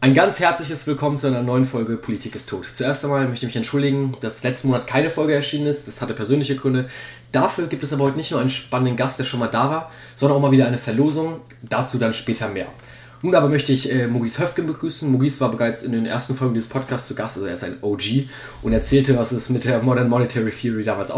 Ein ganz herzliches Willkommen zu einer neuen Folge Politik ist tot. Zuerst einmal möchte ich mich entschuldigen, dass letzten Monat keine Folge erschienen ist. Das hatte persönliche Gründe. Dafür gibt es aber heute nicht nur einen spannenden Gast, der schon mal da war, sondern auch mal wieder eine Verlosung. Dazu dann später mehr. Nun aber möchte ich Maurice Höfgen begrüßen. Maurice war bereits in den ersten Folgen dieses Podcasts zu Gast, also er ist ein OG und erzählte, was es mit der Modern Monetary Theory damals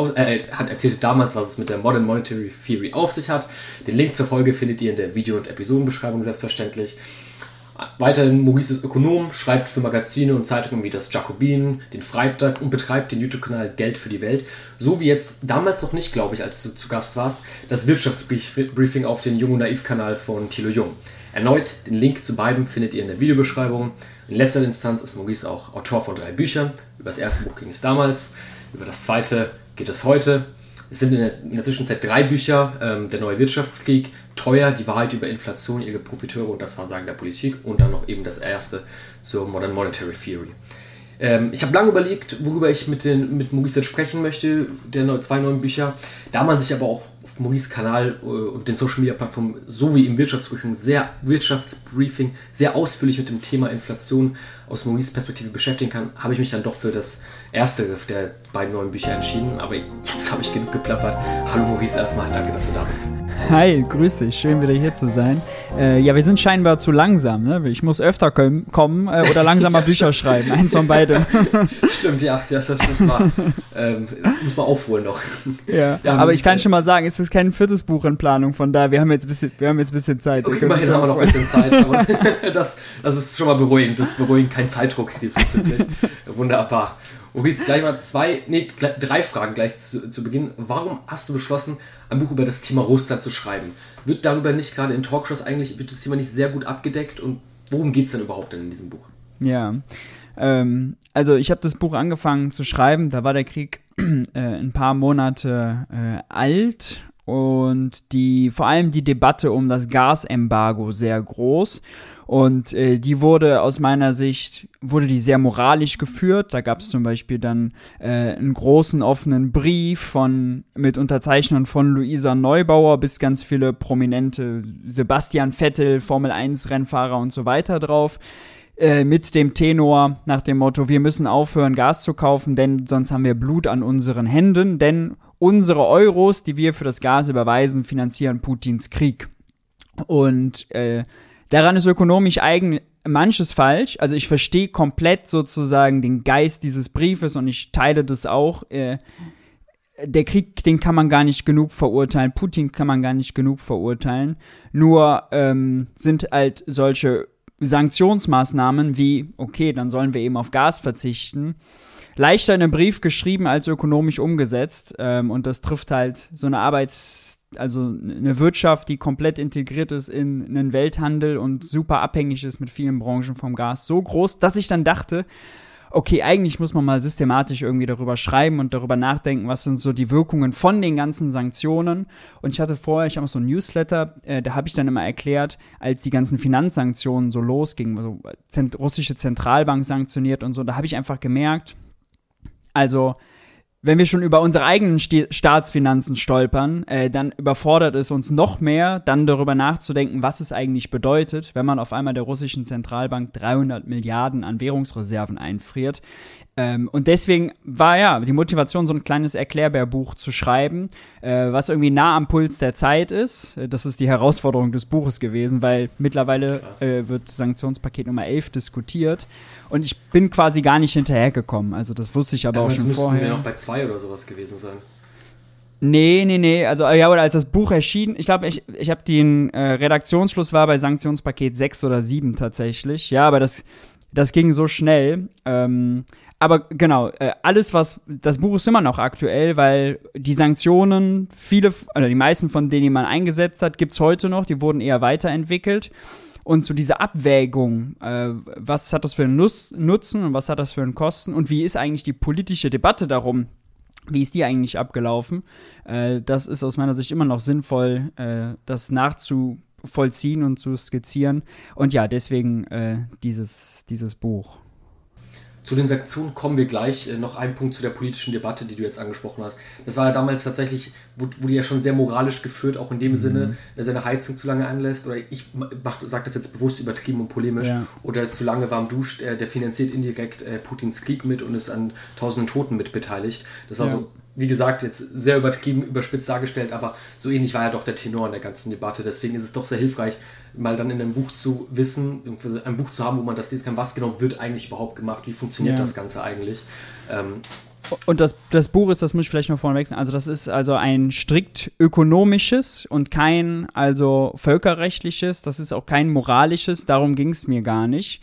was es mit der Modern Monetary Theory auf sich hat. Den Link zur Folge findet ihr in der Video- und Episodenbeschreibung selbstverständlich. Weiterhin, Maurice ist Ökonom, schreibt für Magazine und Zeitungen wie das Jacobin, den Freitag und betreibt den YouTube-Kanal Geld für die Welt. So wie jetzt, damals noch nicht, glaube ich, als du zu Gast warst, das Wirtschaftsbriefing auf den Jung und Naiv-Kanal von Thilo Jung. Erneut, den Link zu beiden findet ihr in der Videobeschreibung. In letzter Instanz ist Maurice auch Autor von 3 Büchern. Über das erste Buch ging es damals, über das zweite geht es heute. Es sind in der Zwischenzeit 3 Bücher, Der neue Wirtschaftskrieg, Teuer, die Wahrheit über Inflation, ihre Profiteure und das Versagen der Politik und dann noch eben das erste zur Modern Monetary Theory. Ich habe lange überlegt, worüber ich mit Maurice jetzt sprechen möchte, der 2 neuen Bücher. Da man sich aber auch auf Maurice Kanal und den Social Media Plattformen sowie im Wirtschaftsbriefing sehr ausführlich mit dem Thema Inflation aus Maurice Perspektive beschäftigen kann, habe ich mich dann doch für das erste der beiden neuen Bücher entschieden. Aber jetzt habe ich genug geplappert. Hallo Maurice, erstmal danke, dass du da bist. Hi, grüß dich, schön wieder hier zu sein. Ja, wir sind scheinbar zu langsam, ne? Ich muss öfter kommen oder langsamer Bücher schreiben, eins von beidem. Stimmt, ja, das war. Muss man aufholen noch. Ja, aber ich kann schon mal sagen, es ist kein 4. Buch in Planung, von daher, wir haben jetzt ein bisschen Zeit. Okay, immerhin haben wir noch ein bisschen Zeit, aber das ist schon mal beruhigend. Das ist beruhigend, kein Zeitdruck diesbezüglich. Wunderbar. Maurice, gleich mal 3 Fragen gleich zu Beginn. Warum hast du beschlossen, ein Buch über das Thema Russland zu schreiben? Wird darüber nicht, gerade in Talkshows wird das Thema nicht sehr gut abgedeckt und worum geht es denn überhaupt in diesem Buch? Ja, also ich habe das Buch angefangen zu schreiben, da war der Krieg ein paar Monate alt und vor allem die Debatte um das Gasembargo sehr groß. Und die wurde aus meiner Sicht, sehr moralisch geführt. Da gab es zum Beispiel dann einen großen offenen Brief mit Unterzeichnern von Luisa Neubauer bis ganz viele prominente Sebastian Vettel, Formel-1-Rennfahrer und so weiter drauf. Mit dem Tenor nach dem Motto, wir müssen aufhören, Gas zu kaufen, denn sonst haben wir Blut an unseren Händen, denn unsere Euros, die wir für das Gas überweisen, finanzieren Putins Krieg. Und daran ist ökonomisch manches falsch. Also ich verstehe komplett sozusagen den Geist dieses Briefes und ich teile das auch. Der Krieg, den kann man gar nicht genug verurteilen. Putin kann man gar nicht genug verurteilen. Nur sind halt solche Sanktionsmaßnahmen wie, okay, dann sollen wir eben auf Gas verzichten, leichter in einem Brief geschrieben als ökonomisch umgesetzt. Und das trifft halt so eine eine Wirtschaft, die komplett integriert ist in einen Welthandel und super abhängig ist mit vielen Branchen vom Gas, so groß, dass ich dann dachte, okay, eigentlich muss man mal systematisch irgendwie darüber schreiben und darüber nachdenken, was sind so die Wirkungen von den ganzen Sanktionen. Und ich habe auch so ein Newsletter, da habe ich dann immer erklärt, als die ganzen Finanzsanktionen so losgingen, also russische Zentralbank sanktioniert und so, da habe ich einfach gemerkt, also wenn wir schon über unsere eigenen Staatsfinanzen stolpern, dann überfordert es uns noch mehr, dann darüber nachzudenken, was es eigentlich bedeutet, wenn man auf einmal der russischen Zentralbank 300 Milliarden an Währungsreserven einfriert. Und deswegen war ja die Motivation, so ein kleines Erklärbärbuch zu schreiben, was irgendwie nah am Puls der Zeit ist. Das ist die Herausforderung des Buches gewesen, weil mittlerweile wird Sanktionspaket Nummer 11 diskutiert. Und ich bin quasi gar nicht hinterhergekommen. Also das wusste ich aber auch schon vorher. Wir noch bei 2 oder sowas gewesen sein. Nee. Also ja, oder als das Buch erschien, ich glaube, ich habe den Redaktionsschluss war bei Sanktionspaket 6 oder 7 tatsächlich. Ja, aber das ging so schnell. Aber genau, das Buch ist immer noch aktuell, weil die Sanktionen, die meisten von denen, die man eingesetzt hat, gibt's heute noch, die wurden eher weiterentwickelt. Und so diese Abwägung, was hat das für einen Nutzen und was hat das für einen Kosten und wie ist eigentlich die politische Debatte darum, wie ist die eigentlich abgelaufen, das ist aus meiner Sicht immer noch sinnvoll, das nachzuvollziehen und zu skizzieren. Und ja, deswegen dieses Buch. Zu den Sanktionen kommen wir gleich. Noch ein Punkt zu der politischen Debatte, die du jetzt angesprochen hast. Das war ja damals tatsächlich, wurde ja schon sehr moralisch geführt, auch in dem Sinne, wer seine Heizung zu lange anlässt, oder ich sage das jetzt bewusst übertrieben und polemisch, oder zu lange warm duscht, der finanziert indirekt Putins Krieg mit und ist an tausenden Toten mit beteiligt. Das war so, wie gesagt, jetzt sehr übertrieben, überspitzt dargestellt, aber so ähnlich war ja doch der Tenor in der ganzen Debatte. Deswegen ist es doch sehr hilfreich, mal dann in einem Buch zu wissen, ein Buch zu haben, wo man das lesen kann, was genau wird eigentlich überhaupt gemacht, wie funktioniert das Ganze eigentlich. Und das Buch ist, das muss ich vielleicht noch vorne wechseln, also das ist also ein strikt ökonomisches und kein also völkerrechtliches, das ist auch kein moralisches, darum ging es mir gar nicht,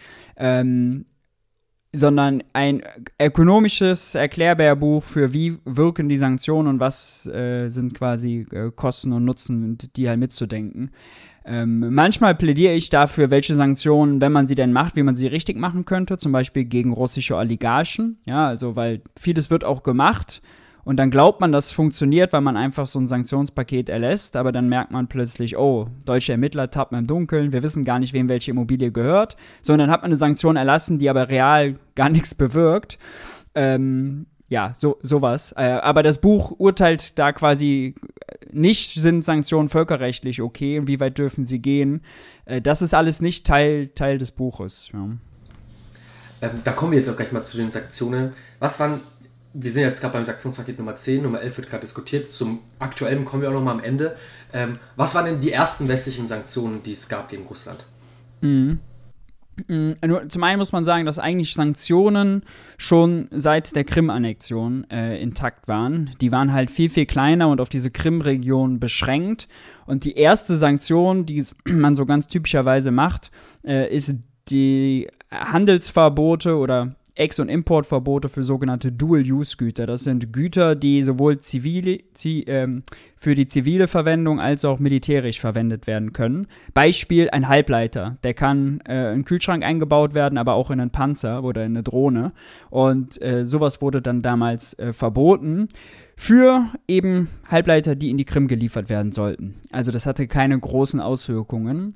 sondern ein ökonomisches Erklärbärbuch für wie wirken die Sanktionen und was sind quasi Kosten und Nutzen, die halt mitzudenken. Manchmal plädiere ich dafür, welche Sanktionen, wenn man sie denn macht, wie man sie richtig machen könnte, zum Beispiel gegen russische Oligarchen, ja, also weil vieles wird auch gemacht und dann glaubt man, das funktioniert, weil man einfach so ein Sanktionspaket erlässt, aber dann merkt man plötzlich, oh, deutsche Ermittler tappen im Dunkeln, wir wissen gar nicht, wem welche Immobilie gehört, sondern hat man eine Sanktion erlassen, die aber real gar nichts bewirkt. Ja, sowas. Aber das Buch urteilt da quasi nicht, sind Sanktionen völkerrechtlich okay und wie weit dürfen sie gehen. Das ist alles nicht Teil des Buches. Ja. Da kommen wir jetzt auch gleich mal zu den Sanktionen. Wir sind jetzt gerade beim Sanktionspaket Nummer 10, Nummer 11 wird gerade diskutiert. Zum aktuellen kommen wir auch noch mal am Ende. Was waren denn die ersten westlichen Sanktionen, die es gab gegen Russland? Nur, zum einen muss man sagen, dass eigentlich Sanktionen schon seit der Krim-Annexion intakt waren. Die waren halt viel, viel kleiner und auf diese Krim-Region beschränkt. Und die erste Sanktion, die man so ganz typischerweise macht, ist die Handelsverbote oder Ex- und Importverbote für sogenannte Dual-Use-Güter. Das sind Güter, die sowohl für die zivile Verwendung als auch militärisch verwendet werden können. Beispiel ein Halbleiter. Der kann in einen Kühlschrank eingebaut werden, aber auch in einen Panzer oder in eine Drohne. Und sowas wurde dann damals verboten für eben Halbleiter, die in die Krim geliefert werden sollten. Also das hatte keine großen Auswirkungen.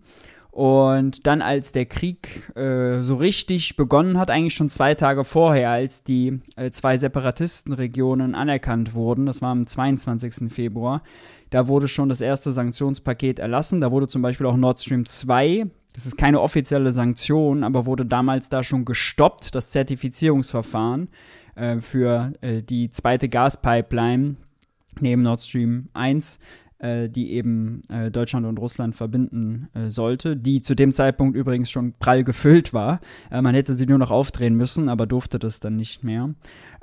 Und dann, als der Krieg so richtig begonnen hat, eigentlich schon 2 Tage vorher, als die 2 Separatistenregionen anerkannt wurden, das war am 22. Februar, da wurde schon das erste Sanktionspaket erlassen. Da wurde zum Beispiel auch Nord Stream 2, das ist keine offizielle Sanktion, aber wurde damals da schon gestoppt, das Zertifizierungsverfahren für die zweite Gaspipeline neben Nord Stream 1, die eben Deutschland und Russland verbinden sollte, die zu dem Zeitpunkt übrigens schon prall gefüllt war. Man hätte sie nur noch aufdrehen müssen, aber durfte das dann nicht mehr.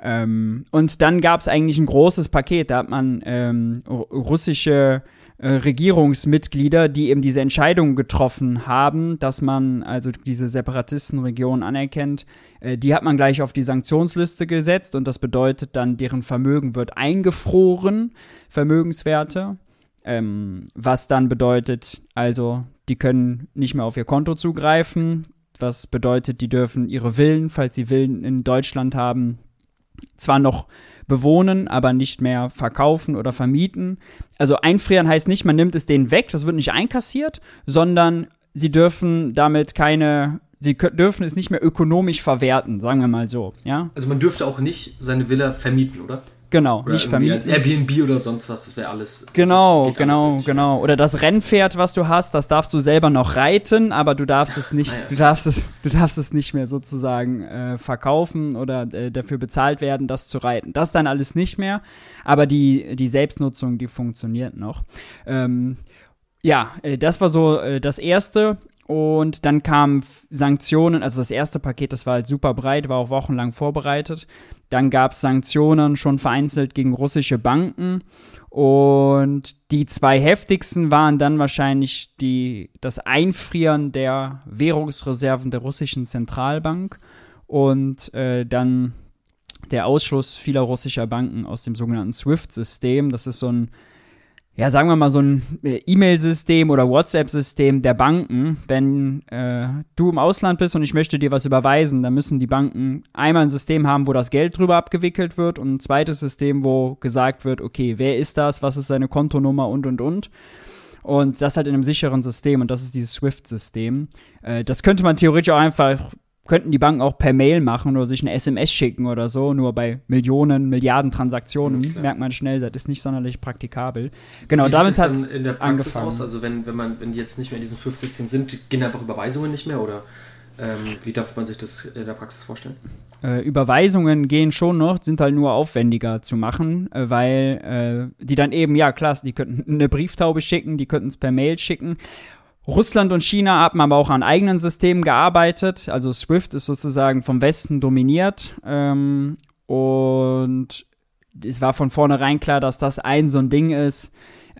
Und dann gab es eigentlich ein großes Paket, da hat man russische Regierungsmitglieder, die eben diese Entscheidung getroffen haben, dass man also diese Separatistenregion anerkennt, die hat man gleich auf die Sanktionsliste gesetzt und das bedeutet dann, deren Vermögen wird eingefroren, Vermögenswerte. Was dann bedeutet, also die können nicht mehr auf ihr Konto zugreifen, was bedeutet, die dürfen ihre Villen, falls sie Villen in Deutschland haben, zwar noch bewohnen, aber nicht mehr verkaufen oder vermieten. Also einfrieren heißt nicht, man nimmt es denen weg, das wird nicht einkassiert, sondern sie dürfen damit sie dürfen es nicht mehr ökonomisch verwerten, sagen wir mal so, ja? Also man dürfte auch nicht seine Villa vermieten, oder? Genau, oder nicht vermieten. Als Airbnb oder sonst was, das wäre alles. Genau. Oder das Rennpferd, was du hast, das darfst du selber noch reiten, aber du darfst es nicht, du darfst es nicht mehr sozusagen verkaufen oder dafür bezahlt werden, das zu reiten. Das dann alles nicht mehr, aber die Selbstnutzung, die funktioniert noch. Das war so das Erste. Und dann kamen Sanktionen, also das erste Paket, das war halt super breit, war auch wochenlang vorbereitet. Dann gab es Sanktionen schon vereinzelt gegen russische Banken. Und die 2 heftigsten waren dann wahrscheinlich das Einfrieren der Währungsreserven der russischen Zentralbank und dann der Ausschluss vieler russischer Banken aus dem sogenannten SWIFT-System. Das ist so ein sagen wir mal so ein E-Mail-System oder WhatsApp-System der Banken. Wenn du im Ausland bist und ich möchte dir was überweisen, dann müssen die Banken einmal ein System haben, wo das Geld drüber abgewickelt wird und ein zweites System, wo gesagt wird, okay, wer ist das, was ist seine Kontonummer und. Und das halt in einem sicheren System und das ist dieses SWIFT-System. Das könnte man theoretisch auch einfach könnten die Banken auch per Mail machen oder sich eine SMS schicken oder so, nur bei Millionen, Milliarden Transaktionen merkt man schnell, das ist nicht sonderlich praktikabel. Genau, wie damit hat es es in der Praxis angefangen. aus? Also wenn die jetzt nicht mehr in diesem SWIFT-System sind, gehen einfach Überweisungen nicht mehr oder wie darf man sich das in der Praxis vorstellen? Überweisungen gehen schon noch, sind halt nur aufwendiger zu machen, weil die dann eben, ja klar, die könnten eine Brieftaube schicken, die könnten es per Mail schicken. Russland und China haben aber auch an eigenen Systemen gearbeitet, also SWIFT ist sozusagen vom Westen dominiert und es war von vornherein klar, dass das so ein Ding ist,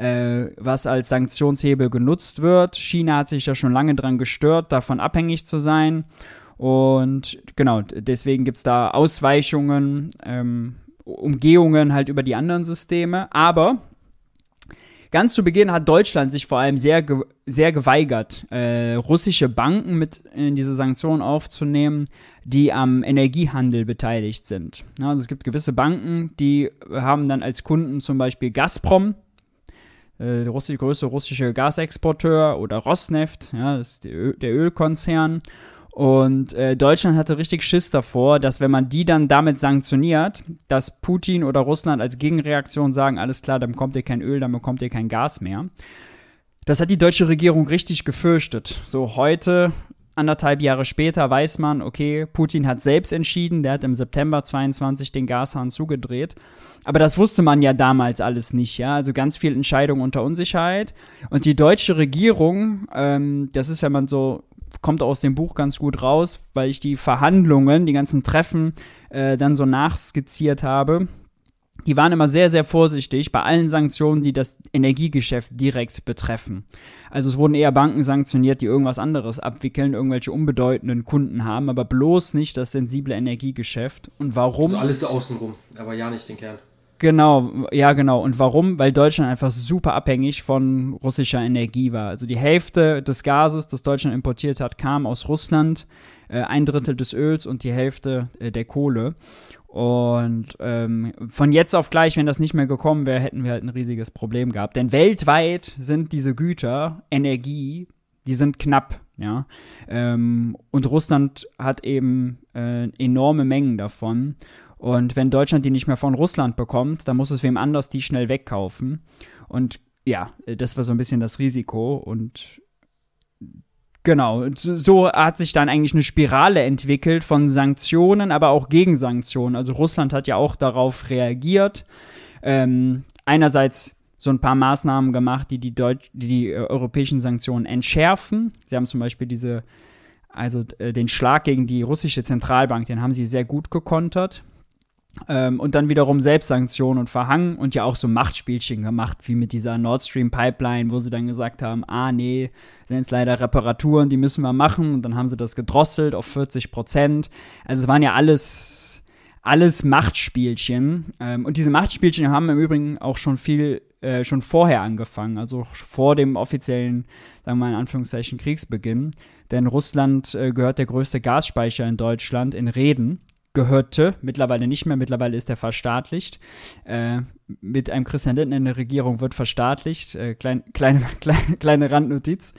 was als Sanktionshebel genutzt wird. China hat sich ja schon lange dran gestört, davon abhängig zu sein. Und genau, deswegen gibt es da Ausweichungen, Umgehungen halt über die anderen Systeme. Aber ganz zu Beginn hat Deutschland sich vor allem sehr geweigert, russische Banken mit in diese Sanktionen aufzunehmen, die am Energiehandel beteiligt sind. Ja, also es gibt gewisse Banken, die haben dann als Kunden zum Beispiel Gazprom, der größte russische Gasexporteur, oder Rosneft, ja, das ist der Ölkonzern. Und Deutschland hatte richtig Schiss davor, dass wenn man die dann damit sanktioniert, dass Putin oder Russland als Gegenreaktion sagen, alles klar, dann bekommt ihr kein Öl, dann bekommt ihr kein Gas mehr. Das hat die deutsche Regierung richtig gefürchtet. So heute, 1,5 Jahre später, weiß man, okay, Putin hat selbst entschieden, der hat im September 22 den Gashahn zugedreht. Aber das wusste man ja damals alles nicht, ja, also ganz viel Entscheidung unter Unsicherheit. Und die deutsche Regierung, das ist, wenn man so, kommt aus dem Buch ganz gut raus, weil ich die Verhandlungen, die ganzen Treffen dann so nachskizziert habe. Die waren immer sehr, sehr vorsichtig bei allen Sanktionen, die das Energiegeschäft direkt betreffen. Also es wurden eher Banken sanktioniert, die irgendwas anderes abwickeln, irgendwelche unbedeutenden Kunden haben, aber bloß nicht das sensible Energiegeschäft. Und warum? Also alles so außenrum, aber ja nicht den Kern. Genau, ja genau. Und warum? Weil Deutschland einfach super abhängig von russischer Energie war. Also die Hälfte des Gases, das Deutschland importiert hat, kam aus Russland, 1/3 des Öls und die Hälfte der Kohle. Und von jetzt auf gleich, wenn das nicht mehr gekommen wäre, hätten wir halt ein riesiges Problem gehabt. Denn weltweit sind diese Güter, Energie, die sind knapp, ja. Und Russland hat eben enorme Mengen davon. Und wenn Deutschland die nicht mehr von Russland bekommt, dann muss es wem anders die schnell wegkaufen. Und ja, das war so ein bisschen das Risiko. Und genau, so hat sich dann eigentlich eine Spirale entwickelt von Sanktionen, aber auch Gegensanktionen. Also Russland hat ja auch darauf reagiert. Einerseits so ein paar Maßnahmen gemacht, die europäischen Sanktionen entschärfen. Sie haben zum Beispiel den Schlag gegen die russische Zentralbank, den haben sie sehr gut gekontert. Und dann wiederum Selbstsanktionen und verhangen und ja auch so Machtspielchen gemacht, wie mit dieser Nord Stream Pipeline, wo sie dann gesagt haben, nee, sind jetzt leider Reparaturen, die müssen wir machen. Und dann haben sie das gedrosselt auf 40%. Also es waren ja alles Machtspielchen. Und diese Machtspielchen haben im Übrigen auch schon vorher angefangen, also vor dem offiziellen, sagen wir mal in Anführungszeichen, Kriegsbeginn. Denn Russland gehört der größte Gasspeicher in Deutschland in Reden. Gehörte, mittlerweile nicht mehr, mittlerweile ist er verstaatlicht. Mit einem Christian Lindner in der Regierung wird verstaatlicht. Kleine Randnotiz.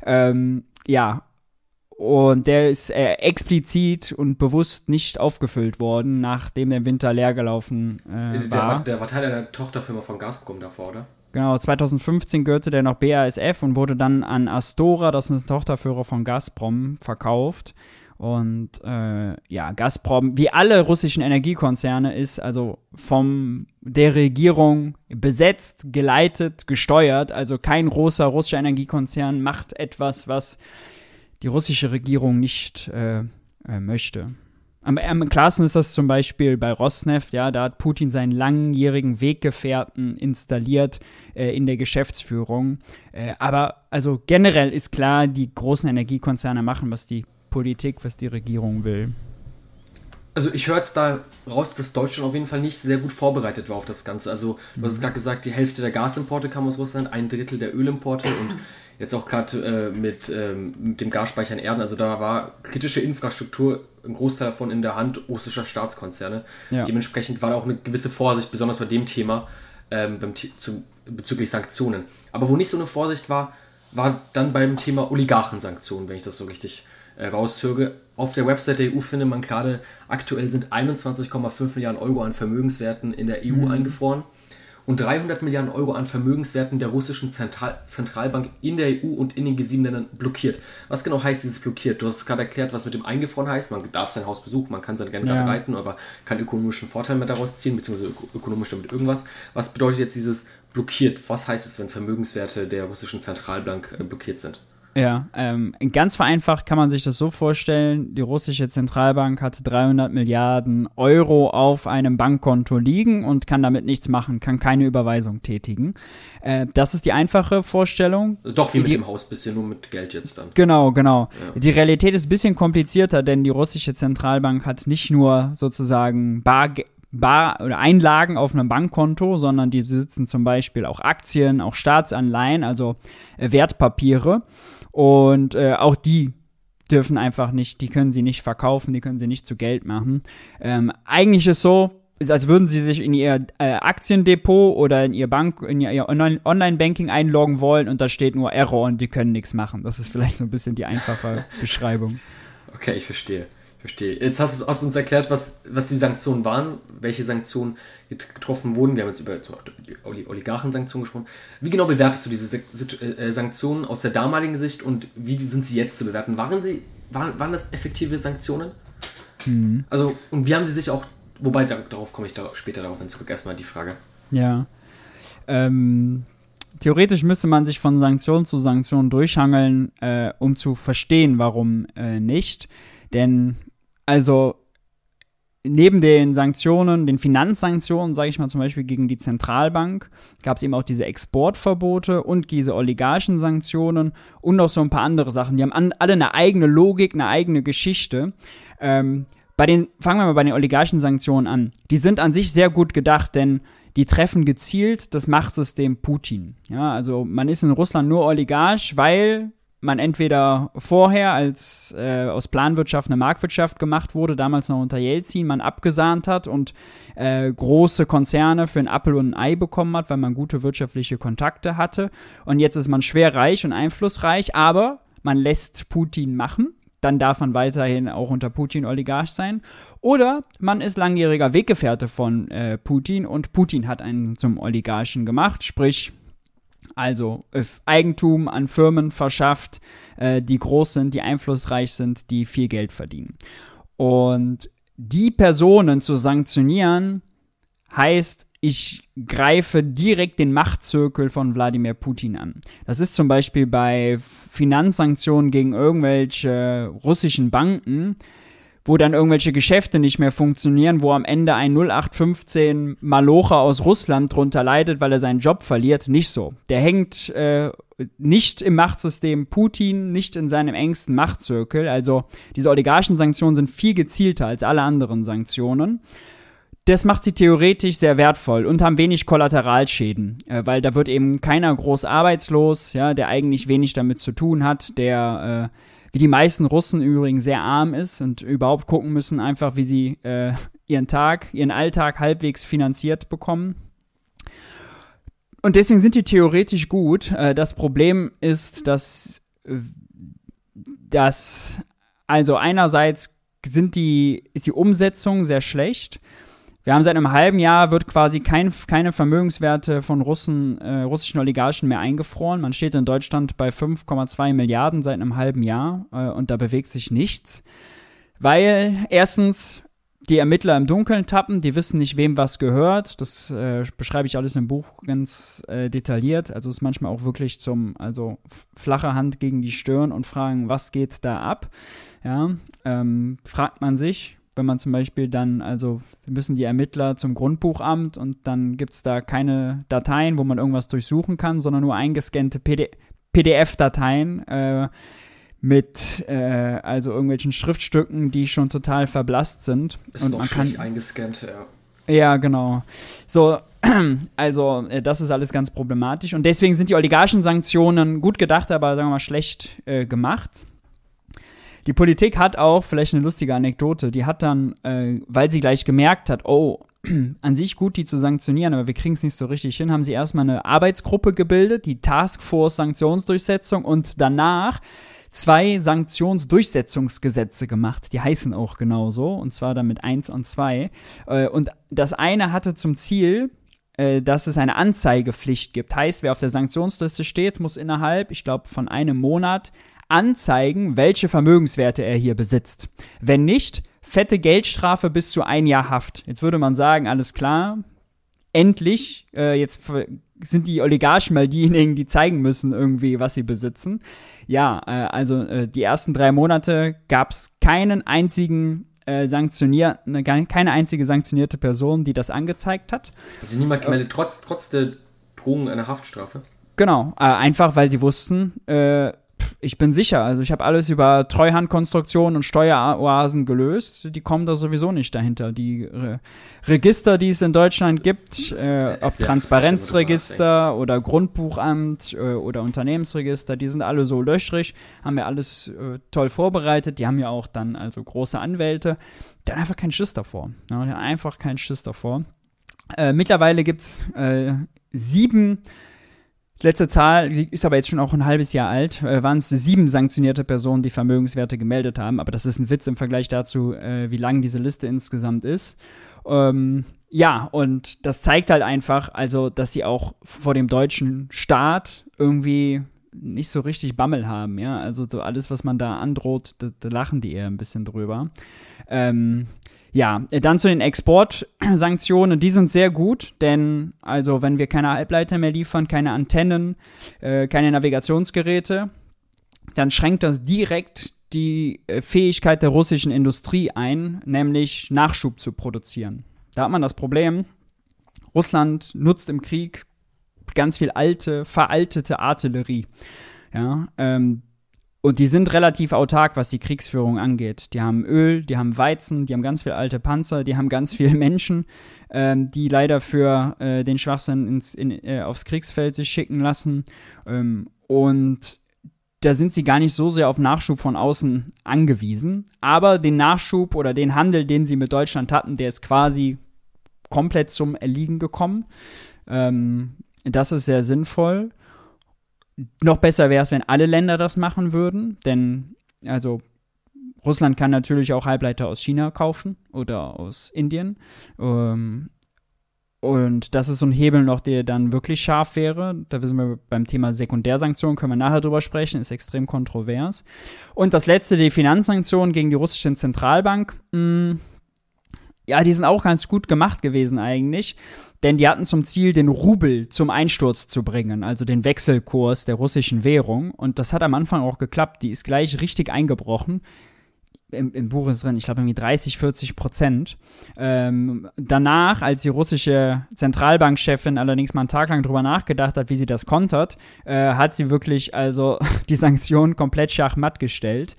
Ja, und der ist explizit und bewusst nicht aufgefüllt worden, nachdem der Winter leer gelaufen war. Der war Teil einer Tochterfirma von Gazprom davor, oder? Genau, 2015 gehörte der noch BASF und wurde dann an Astora, das ist eine Tochterfirma von Gazprom, verkauft. Und Gazprom, wie alle russischen Energiekonzerne, ist also von der Regierung besetzt, geleitet, gesteuert. Also kein großer russischer Energiekonzern macht etwas, was die russische Regierung nicht möchte. Am klarsten ist das zum Beispiel bei Rosneft, ja, da hat Putin seinen langjährigen Weggefährten installiert in der Geschäftsführung. Aber also generell ist klar, die großen Energiekonzerne machen, was die Politik, was die Regierung will. Also ich höre jetzt da raus, dass Deutschland auf jeden Fall nicht sehr gut vorbereitet war auf das Ganze. Also du hast es gerade gesagt, die Hälfte der Gasimporte kam aus Russland, 1/3 der Ölimporte und jetzt auch gerade mit dem Gasspeicher in Erden. Also da war kritische Infrastruktur, ein Großteil davon in der Hand russischer Staatskonzerne. Ja. Dementsprechend war da auch eine gewisse Vorsicht, besonders bei dem Thema bezüglich Sanktionen. Aber wo nicht so eine Vorsicht war dann beim Thema Oligarchensanktionen, wenn ich das so richtig raushöre. Auf der Website der EU findet man gerade, aktuell sind 21,5 Milliarden Euro an Vermögenswerten in der EU eingefroren und 300 Milliarden Euro an Vermögenswerten der russischen Zentralbank in der EU und in den G7-Ländern blockiert. Was genau heißt dieses blockiert? Du hast es gerade erklärt, was mit dem eingefroren heißt. Man darf sein Haus besuchen, man kann seine Gärten reiten, aber keinen ökonomischen Vorteil mehr daraus ziehen, beziehungsweise ökonomisch damit irgendwas. Was bedeutet jetzt dieses blockiert? Was heißt es, wenn Vermögenswerte der russischen Zentralbank blockiert sind? Ja, ganz vereinfacht kann man sich das so vorstellen, die russische Zentralbank hat 300 Milliarden Euro auf einem Bankkonto liegen und kann damit nichts machen, kann keine Überweisung tätigen. Das ist die einfache Vorstellung. Doch wie mit dem Haus, bisschen nur mit Geld jetzt dann. Genau. Ja. Die Realität ist ein bisschen komplizierter, denn die russische Zentralbank hat nicht nur sozusagen Bar oder Einlagen auf einem Bankkonto, sondern die besitzen zum Beispiel auch Aktien, auch Staatsanleihen, also Wertpapiere. Und auch die dürfen einfach nicht, die können sie nicht verkaufen, die können sie nicht zu Geld machen. Eigentlich ist so, als würden sie sich in ihr Aktiendepot oder in ihr Online-Banking einloggen wollen und da steht nur Error und die können nichts machen. Das ist vielleicht so ein bisschen die einfache Beschreibung. Okay, ich verstehe. Jetzt hast du uns erklärt, was die Sanktionen waren, welche Sanktionen getroffen wurden. Wir haben jetzt über die Oligarchen-Sanktionen gesprochen. Wie genau bewertest du diese Sanktionen aus der damaligen Sicht und wie sind sie jetzt zu bewerten? Waren das effektive Sanktionen? Also, und wie haben sie sich auch, wobei darauf komme ich später darauf hin zurück, erstmal die Frage. Ja. Theoretisch müsste man sich von Sanktion zu Sanktion durchhangeln, um zu verstehen, warum nicht. Denn also neben den Sanktionen, den Finanzsanktionen, sage ich mal zum Beispiel gegen die Zentralbank, gab es eben auch diese Exportverbote und diese Oligarchensanktionen und noch so ein paar andere Sachen. Die haben alle eine eigene Logik, eine eigene Geschichte. Fangen wir mal bei den Oligarchensanktionen an. Die sind an sich sehr gut gedacht, denn die treffen gezielt das Machtsystem Putin. Ja, also man ist in Russland nur Oligarch, weil man entweder vorher als aus Planwirtschaft eine Marktwirtschaft gemacht wurde, damals noch unter Jelzin, man abgesahnt hat und große Konzerne für einen Apfel und ein Ei bekommen hat, weil man gute wirtschaftliche Kontakte hatte. Und jetzt ist man schwer reich und einflussreich, aber man lässt Putin machen. Dann darf man weiterhin auch unter Putin Oligarch sein. Oder man ist langjähriger Weggefährte von Putin und Putin hat einen zum Oligarchen gemacht, sprich also Eigentum an Firmen verschafft, die groß sind, die einflussreich sind, die viel Geld verdienen. Und die Personen zu sanktionieren, heißt, ich greife direkt den Machtzirkel von Wladimir Putin an. Das ist zum Beispiel bei Finanzsanktionen gegen irgendwelche russischen Banken, wo dann irgendwelche Geschäfte nicht mehr funktionieren, wo am Ende ein 0815 Malocher aus Russland drunter leidet, weil er seinen Job verliert. Nicht so. Der hängt nicht im Machtsystem Putin, nicht in seinem engsten Machtzirkel. Also diese Oligarchensanktionen sind viel gezielter als alle anderen Sanktionen. Das macht sie theoretisch sehr wertvoll und haben wenig Kollateralschäden, weil da wird eben keiner groß arbeitslos, ja, der eigentlich wenig damit zu tun hat, der wie die meisten Russen übrigens sehr arm ist und überhaupt gucken müssen einfach, wie sie ihren Alltag halbwegs finanziert bekommen. Und deswegen sind die theoretisch gut. Das Problem ist, dass also einerseits ist die Umsetzung sehr schlecht. Wir haben seit einem halben Jahr wird quasi keine Vermögenswerte von russischen Oligarchen mehr eingefroren. Man steht in Deutschland bei 5,2 Milliarden seit einem halben Jahr und da bewegt sich nichts. Weil erstens die Ermittler im Dunkeln tappen, die wissen nicht, wem was gehört. Das beschreibe ich alles im Buch ganz detailliert. Also ist manchmal auch wirklich flache Hand gegen die Stirn und fragen, was geht da ab? Ja, fragt man sich. Wenn man zum Beispiel müssen die Ermittler zum Grundbuchamt und dann gibt es da keine Dateien, wo man irgendwas durchsuchen kann, sondern nur eingescannte PDF-Dateien mit irgendwelchen Schriftstücken, die schon total verblasst sind. Ist und noch schlecht eingescannt, ja. Ja, genau. So, das ist alles ganz problematisch und deswegen sind die Oligarchensanktionen gut gedacht, aber sagen wir mal schlecht gemacht. Die Politik hat auch, vielleicht eine lustige Anekdote, die hat dann, weil sie gleich gemerkt hat, an sich gut, die zu sanktionieren, aber wir kriegen es nicht so richtig hin, haben sie erstmal eine Arbeitsgruppe gebildet, die Taskforce Sanktionsdurchsetzung und danach 2 Sanktionsdurchsetzungsgesetze gemacht. Die heißen auch genauso, und zwar dann mit 1 und 2. Und das eine hatte zum Ziel, dass es eine Anzeigepflicht gibt. Heißt, wer auf der Sanktionsliste steht, muss innerhalb, ich glaube, von einem Monat anzeigen, welche Vermögenswerte er hier besitzt. Wenn nicht, fette Geldstrafe bis zu 1 Jahr Haft. Jetzt würde man sagen, alles klar, endlich, jetzt sind die Oligarchen mal diejenigen, die zeigen müssen irgendwie, was sie besitzen. Ja, also die ersten 3 Monate gab es keine einzige sanktionierte Person, die das angezeigt hat. Also niemand gemeldet, trotz der Drohung einer Haftstrafe? Genau, einfach weil sie wussten, ich bin sicher, also ich habe alles über Treuhandkonstruktionen und Steueroasen gelöst, die kommen da sowieso nicht dahinter. Die Register, die es in Deutschland gibt, ob Transparenzregister oder Grundbuchamt oder Unternehmensregister, die sind alle so löchrig, haben ja alles toll vorbereitet, die haben ja auch dann also große Anwälte, die haben einfach keinen Schiss davor. Ja, die haben einfach keinen Schiss davor. Mittlerweile gibt's 7, letzte Zahl ist aber jetzt schon auch ein halbes Jahr alt, waren es 7 sanktionierte Personen, die Vermögenswerte gemeldet haben, aber das ist ein Witz im Vergleich dazu, wie lang diese Liste insgesamt ist. Ja, und das zeigt halt einfach, also, dass sie auch vor dem deutschen Staat irgendwie nicht so richtig Bammel haben, ja, also so alles, was man da androht, da lachen die eher ein bisschen drüber. Ja, dann zu den Exportsanktionen, die sind sehr gut, denn also wenn wir keine Halbleiter mehr liefern, keine Antennen, keine Navigationsgeräte, dann schränkt das direkt die Fähigkeit der russischen Industrie ein, nämlich Nachschub zu produzieren. Da hat man das Problem, Russland nutzt im Krieg ganz viel veraltete Artillerie, ja, und die sind relativ autark, was die Kriegsführung angeht. Die haben Öl, die haben Weizen, die haben ganz viele alte Panzer, die haben ganz viele Menschen, die leider für den Schwachsinn aufs Kriegsfeld sich schicken lassen. Und da sind sie gar nicht so sehr auf Nachschub von außen angewiesen. Aber den Nachschub oder den Handel, den sie mit Deutschland hatten, der ist quasi komplett zum Erliegen gekommen. Das ist sehr sinnvoll. Noch besser wäre es, wenn alle Länder das machen würden, denn also Russland kann natürlich auch Halbleiter aus China kaufen oder aus Indien. Und das ist so ein Hebel noch, der dann wirklich scharf wäre. Da sind wir beim Thema Sekundärsanktionen, können wir nachher drüber sprechen, ist extrem kontrovers. Und das letzte, die Finanzsanktionen gegen die russische Zentralbank. Ja, die sind auch ganz gut gemacht gewesen eigentlich, denn die hatten zum Ziel, den Rubel zum Einsturz zu bringen, also den Wechselkurs der russischen Währung. Und das hat am Anfang auch geklappt. Die ist gleich richtig eingebrochen. Im Buch ist drin, ich glaube, irgendwie 30-40%. Danach, als die russische Zentralbankchefin allerdings mal einen Tag lang drüber nachgedacht hat, wie sie das kontert, hat sie wirklich also die Sanktionen komplett schachmatt gestellt.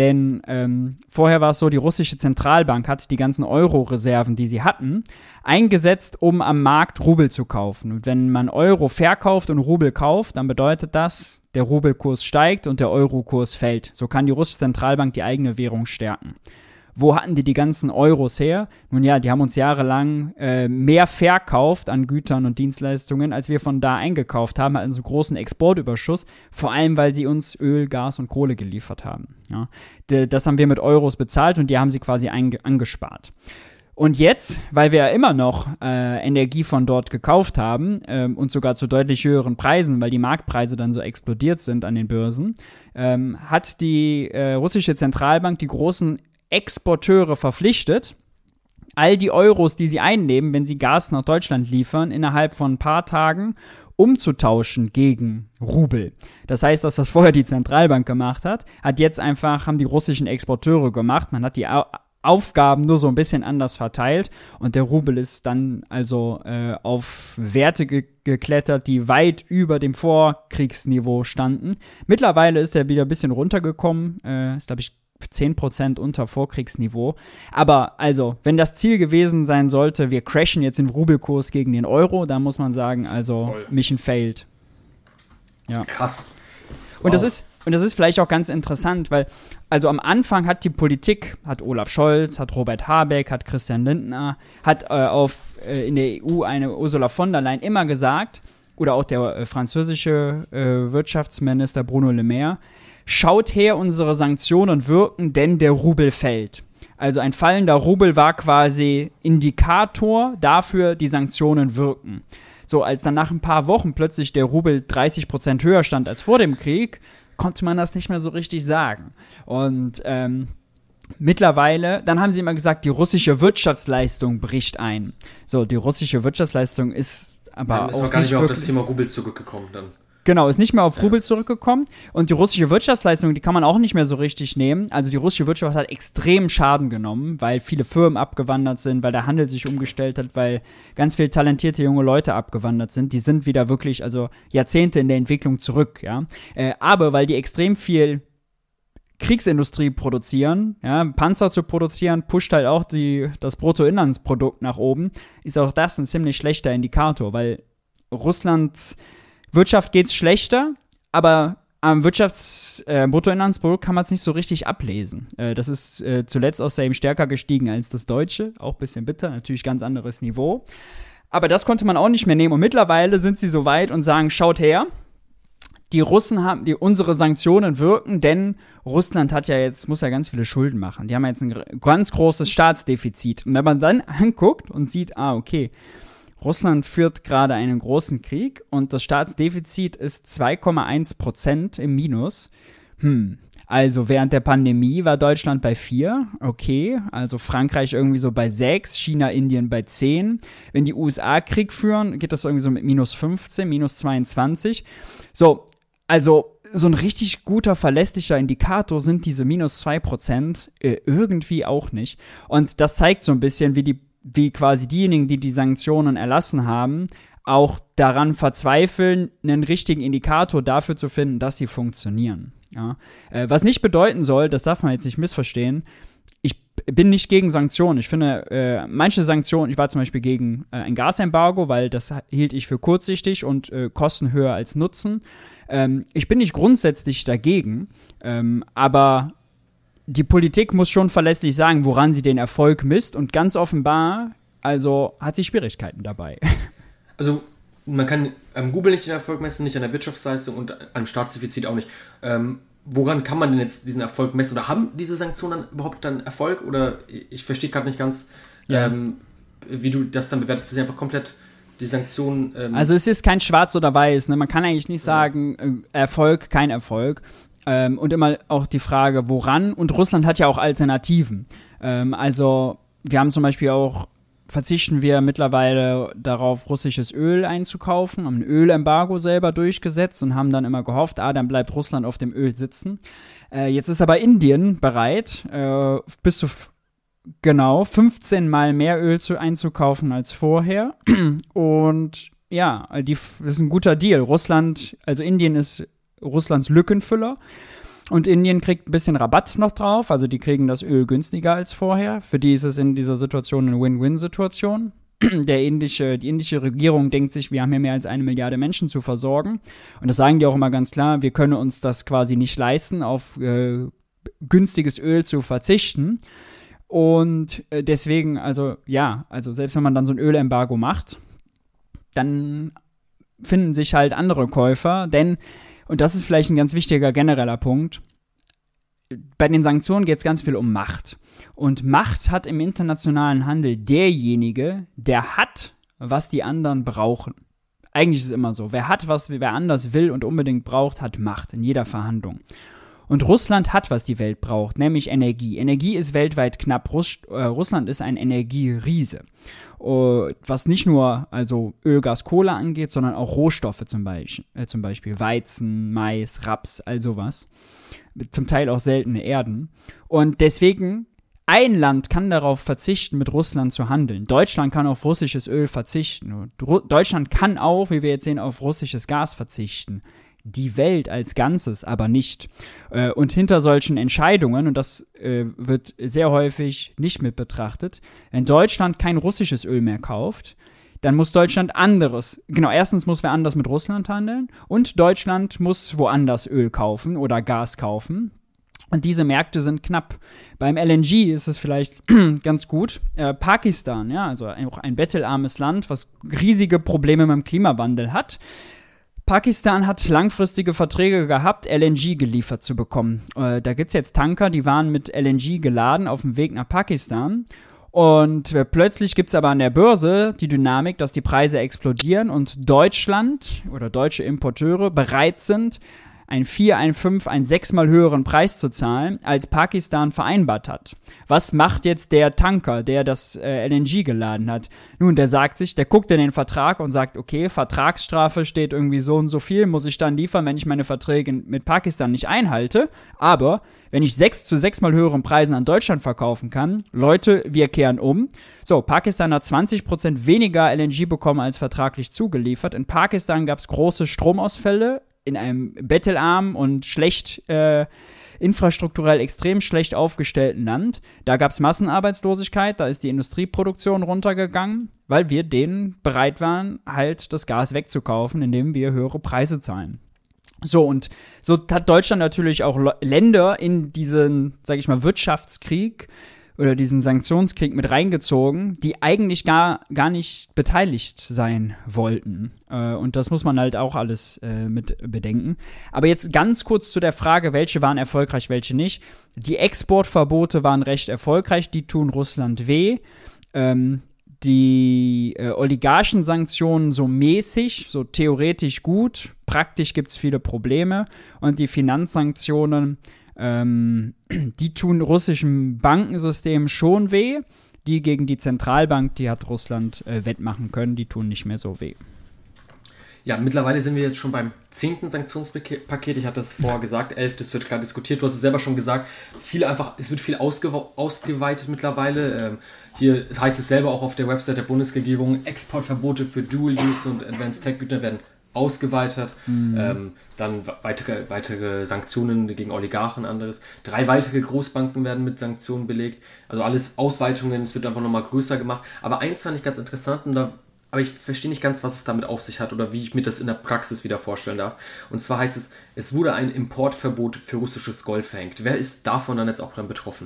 Denn vorher war es so, die russische Zentralbank hat die ganzen Euro-Reserven, die sie hatten, eingesetzt, um am Markt Rubel zu kaufen. Und wenn man Euro verkauft und Rubel kauft, dann bedeutet das, der Rubelkurs steigt und der Eurokurs fällt. So kann die russische Zentralbank die eigene Währung stärken. Wo hatten die ganzen Euros her? Nun ja, die haben uns jahrelang mehr verkauft an Gütern und Dienstleistungen, als wir von da eingekauft haben, hatten so einen großen Exportüberschuss, vor allem, weil sie uns Öl, Gas und Kohle geliefert haben. Ja. Das haben wir mit Euros bezahlt und die haben sie quasi angespart. Und jetzt, weil wir ja immer noch Energie von dort gekauft haben und sogar zu deutlich höheren Preisen, weil die Marktpreise dann so explodiert sind an den Börsen, hat die russische Zentralbank die großen Exporteure verpflichtet, all die Euros, die sie einnehmen, wenn sie Gas nach Deutschland liefern, innerhalb von ein paar Tagen umzutauschen gegen Rubel. Das heißt, dass das vorher die Zentralbank gemacht hat, haben die russischen Exporteure gemacht. Man hat die Aufgaben nur so ein bisschen anders verteilt und der Rubel ist dann also auf Werte geklettert, die weit über dem Vorkriegsniveau standen. Mittlerweile ist er wieder ein bisschen runtergekommen, ist glaube ich 10% unter Vorkriegsniveau. Aber also, wenn das Ziel gewesen sein sollte, wir crashen jetzt den Rubelkurs gegen den Euro, dann muss man sagen, also voll. Mission failed. Ja. Krass. Wow. Und das ist vielleicht auch ganz interessant, weil also am Anfang hat die Politik, hat Olaf Scholz, hat Robert Habeck, hat Christian Lindner, hat in der EU eine Ursula von der Leyen immer gesagt, oder auch der französische Wirtschaftsminister Bruno Le Maire, schaut her, unsere Sanktionen wirken, denn der Rubel fällt. Also ein fallender Rubel war quasi Indikator dafür, die Sanktionen wirken. So, als dann nach ein paar Wochen plötzlich der Rubel 30% höher stand als vor dem Krieg, konnte man das nicht mehr so richtig sagen. Und mittlerweile, dann haben sie immer gesagt, die russische Wirtschaftsleistung bricht ein. So, die russische Wirtschaftsleistung ist aber dann ist man gar nicht mehr auf das Thema Rubel zurückgekommen dann. Genau, ist nicht mehr auf Rubel zurückgekommen. Und die russische Wirtschaftsleistung, die kann man auch nicht mehr so richtig nehmen. Also die russische Wirtschaft hat extrem Schaden genommen, weil viele Firmen abgewandert sind, weil der Handel sich umgestellt hat, weil ganz viele talentierte junge Leute abgewandert sind. Die sind wieder wirklich, also Jahrzehnte in der Entwicklung zurück, ja. Aber weil die extrem viel Kriegsindustrie produzieren, ja, Panzer zu produzieren, pusht halt auch das Bruttoinlandsprodukt nach oben, ist auch das ein ziemlich schlechter Indikator, weil Russlands Wirtschaft geht's schlechter, aber am Bruttoinlandsprodukt kann man es nicht so richtig ablesen. Das ist zuletzt außerdem stärker gestiegen als das Deutsche, auch ein bisschen bitter, natürlich ganz anderes Niveau. Aber das konnte man auch nicht mehr nehmen und mittlerweile sind sie so weit und sagen, schaut her, die Russen unsere Sanktionen wirken, denn Russland muss ja ganz viele Schulden machen. Die haben jetzt ein ganz großes Staatsdefizit. Und wenn man dann anguckt und sieht, okay, Russland führt gerade einen großen Krieg und das Staatsdefizit ist 2,1% im Minus. Also während der Pandemie war Deutschland bei 4, okay, also Frankreich irgendwie so bei 6, China, Indien bei 10. Wenn die USA Krieg führen, geht das irgendwie so mit minus 15, minus 22. So, also so ein richtig guter, verlässlicher Indikator sind diese minus 2% irgendwie auch nicht. Und das zeigt so ein bisschen, wie quasi diejenigen, die die Sanktionen erlassen haben, auch daran verzweifeln, einen richtigen Indikator dafür zu finden, dass sie funktionieren. Ja? Was nicht bedeuten soll, das darf man jetzt nicht missverstehen, ich bin nicht gegen Sanktionen. Ich finde, manche Sanktionen, ich war zum Beispiel gegen ein Gasembargo, weil das hielt ich für kurzsichtig und Kosten höher als Nutzen. Ich bin nicht grundsätzlich dagegen, aber die Politik muss schon verlässlich sagen, woran sie den Erfolg misst und ganz offenbar, also hat sie Schwierigkeiten dabei. Also man kann am Google nicht den Erfolg messen, nicht an der Wirtschaftsleistung und am Staatsdefizit auch nicht. Woran kann man denn jetzt diesen Erfolg messen? Oder haben diese Sanktionen überhaupt dann Erfolg? Oder ich verstehe gerade nicht ganz, wie du das dann bewertest. Das ist einfach komplett die Sanktionen. Also es ist kein Schwarz oder Weiß. Ne? Man kann eigentlich nicht sagen, Erfolg, kein Erfolg. Und immer auch die Frage, woran? Und Russland hat ja auch Alternativen. Also wir haben zum Beispiel auch, verzichten wir mittlerweile darauf, russisches Öl einzukaufen, haben ein Ölembargo selber durchgesetzt und haben dann immer gehofft, dann bleibt Russland auf dem Öl sitzen. Jetzt ist aber Indien bereit, bis zu 15 Mal mehr Öl einzukaufen als vorher. Und ja, das ist ein guter Deal. Indien ist Russlands Lückenfüller und Indien kriegt ein bisschen Rabatt noch drauf, also die kriegen das Öl günstiger als vorher. Für die ist es in dieser Situation eine Win-Win-Situation. Die indische Regierung denkt sich, wir haben hier mehr als 1 Milliarde Menschen zu versorgen und das sagen die auch immer ganz klar, wir können uns das quasi nicht leisten, auf günstiges Öl zu verzichten und deswegen, also selbst wenn man dann so ein Ölembargo macht, dann finden sich halt andere Käufer, denn und das ist vielleicht ein ganz wichtiger genereller Punkt. Bei den Sanktionen geht es ganz viel um Macht. Und Macht hat im internationalen Handel derjenige, der hat, was die anderen brauchen. Eigentlich ist es immer so. Wer hat, was wer anders will und unbedingt braucht, hat Macht in jeder Verhandlung. Und Russland hat, was die Welt braucht, nämlich Energie. Energie ist weltweit knapp. Russland ist ein Energieriese. Was nicht nur also Öl, Gas, Kohle angeht, sondern auch Rohstoffe zum Beispiel Weizen, Mais, Raps, all sowas. Zum Teil auch seltene Erden. Und deswegen, ein Land kann darauf verzichten, mit Russland zu handeln. Deutschland kann auf russisches Öl verzichten. Deutschland kann auch, wie wir jetzt sehen, auf russisches Gas verzichten. Die Welt als Ganzes aber nicht. Und hinter solchen Entscheidungen, und das wird sehr häufig nicht mit betrachtet, wenn Deutschland kein russisches Öl mehr kauft, dann muss Deutschland erstens muss wer anders mit Russland handeln und Deutschland muss woanders Öl kaufen oder Gas kaufen. Und diese Märkte sind knapp. Beim LNG ist es vielleicht ganz gut. Pakistan, also auch ein bettelarmes Land, was riesige Probleme mit dem Klimawandel hat. Pakistan hat langfristige Verträge gehabt, LNG geliefert zu bekommen. Da gibt's jetzt Tanker, die waren mit LNG geladen auf dem Weg nach Pakistan. Und plötzlich gibt's aber an der Börse die Dynamik, dass die Preise explodieren und Deutschland oder deutsche Importeure bereit sind, ein 4, ein 5, ein 6-mal höheren Preis zu zahlen, als Pakistan vereinbart hat. Was macht jetzt der Tanker, der das LNG geladen hat? Nun, der guckt in den Vertrag und sagt, okay, Vertragsstrafe steht irgendwie so und so viel, muss ich dann liefern, wenn ich meine Verträge mit Pakistan nicht einhalte. Aber wenn ich 6 zu 6-mal höheren Preisen an Deutschland verkaufen kann, Leute, wir kehren um. So, Pakistan hat 20% weniger LNG bekommen als vertraglich zugeliefert. In Pakistan gab es große Stromausfälle in einem bettelarmen und infrastrukturell extrem schlecht aufgestellten Land. Da gab es Massenarbeitslosigkeit, da ist die Industrieproduktion runtergegangen, weil wir denen bereit waren, halt das Gas wegzukaufen, indem wir höhere Preise zahlen. So, und so hat Deutschland natürlich auch Länder in diesen, sag ich mal, Wirtschaftskrieg oder diesen Sanktionskrieg mit reingezogen, die eigentlich gar nicht beteiligt sein wollten. Und das muss man halt auch alles mit bedenken. Aber jetzt ganz kurz zu der Frage, welche waren erfolgreich, welche nicht. Die Exportverbote waren recht erfolgreich, die tun Russland weh. Die Oligarchensanktionen so mäßig, so theoretisch gut, praktisch gibt's viele Probleme. Und die Finanzsanktionen, die tun russischen Bankensystem schon weh. Die gegen die Zentralbank, die hat Russland wettmachen können, die tun nicht mehr so weh. Ja, mittlerweile sind wir jetzt schon beim 10. Sanktionspaket. Ich hatte es vorher gesagt, 11. Das wird klar diskutiert. Du hast es selber schon gesagt. Es wird viel ausgeweitet mittlerweile. Hier heißt es selber auch auf der Website der Bundesregierung, Exportverbote für Dual-Use und Advanced Tech-Güter werden ausgeweitet. Dann weitere Sanktionen gegen Oligarchen, anderes. 3 weitere Großbanken werden mit Sanktionen belegt. Also alles Ausweitungen, es wird einfach nochmal größer gemacht. Aber eins fand ich ganz interessant, aber ich verstehe nicht ganz, was es damit auf sich hat oder wie ich mir das in der Praxis wieder vorstellen darf. Und zwar heißt es wurde ein Importverbot für russisches Gold verhängt. Wer ist davon dann jetzt auch dann betroffen?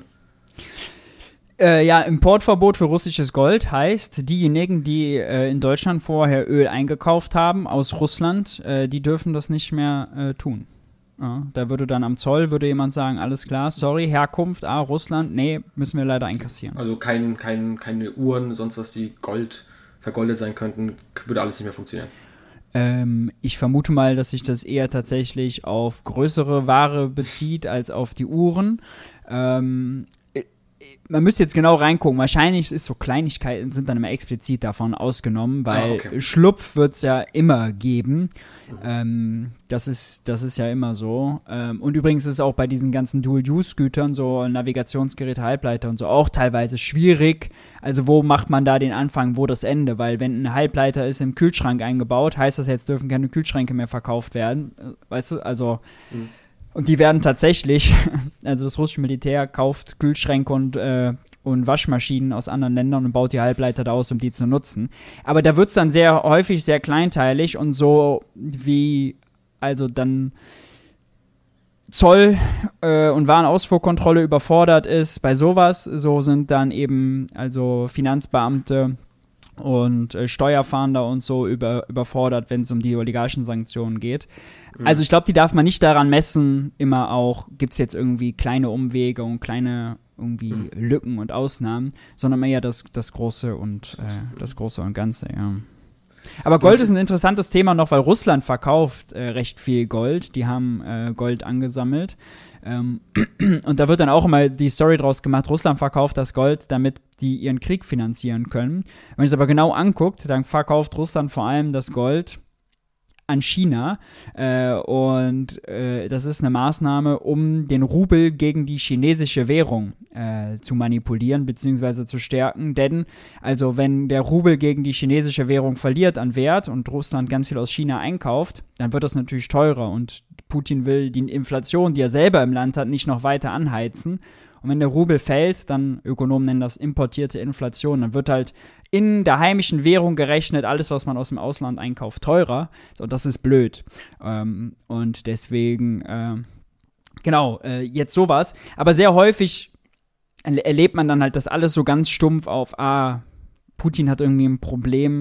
Importverbot für russisches Gold heißt, diejenigen, die in Deutschland vorher Öl eingekauft haben aus Russland, die dürfen das nicht mehr tun. Ja, da würde dann am Zoll jemand sagen, alles klar, sorry, Herkunft, Russland, nee, müssen wir leider einkassieren. Also keine Uhren, sonst was, die vergoldet sein könnten, würde alles nicht mehr funktionieren. Ich vermute mal, dass sich das eher tatsächlich auf größere Ware bezieht als auf die Uhren. Man müsste jetzt genau reingucken. Wahrscheinlich ist so Kleinigkeiten sind dann immer explizit davon ausgenommen, weil Schlupf wird es ja immer geben. Das ist ja immer so. Und übrigens ist es auch bei diesen ganzen Dual-Use-Gütern, so Navigationsgeräte, Halbleiter und so, auch teilweise schwierig. Also wo macht man da den Anfang, wo das Ende? Weil wenn ein Halbleiter ist im Kühlschrank eingebaut, heißt das jetzt, dürfen keine Kühlschränke mehr verkauft werden. Weißt du, also Und die werden tatsächlich, also das russische Militär kauft Kühlschränke und Waschmaschinen aus anderen Ländern und baut die Halbleiter da aus, um die zu nutzen. Aber da wird's dann sehr häufig sehr kleinteilig und so wie, also dann Zoll und Warenausfuhrkontrolle überfordert ist bei sowas, so sind dann eben also Finanzbeamte und Steuerfahnder und so überfordert, wenn es um die Oligarchensanktionen geht. Also ich glaube, die darf man nicht daran messen, immer auch, gibt's jetzt irgendwie kleine Umwege und kleine irgendwie Lücken und Ausnahmen, sondern eher das Große und das Große und Ganze, ja. Aber Gold ist ein interessantes Thema noch, weil Russland verkauft recht viel Gold. Die haben Gold angesammelt. Und da wird dann auch immer die Story draus gemacht, Russland verkauft das Gold, damit die ihren Krieg finanzieren können. Wenn man es aber genau anguckt, dann verkauft Russland vor allem das Gold an China und das ist eine Maßnahme, um den Rubel gegen die chinesische Währung zu manipulieren bzw. zu stärken, denn also wenn der Rubel gegen die chinesische Währung verliert an Wert und Russland ganz viel aus China einkauft, dann wird das natürlich teurer und Putin will die Inflation, die er selber im Land hat, nicht noch weiter anheizen. Und wenn der Rubel fällt, dann, Ökonomen nennen das importierte Inflation, dann wird halt in der heimischen Währung gerechnet, alles, was man aus dem Ausland einkauft, teurer. So, das ist blöd. Und deswegen, jetzt sowas. Aber sehr häufig erlebt man dann halt das alles so ganz stumpf auf, Putin hat irgendwie ein Problem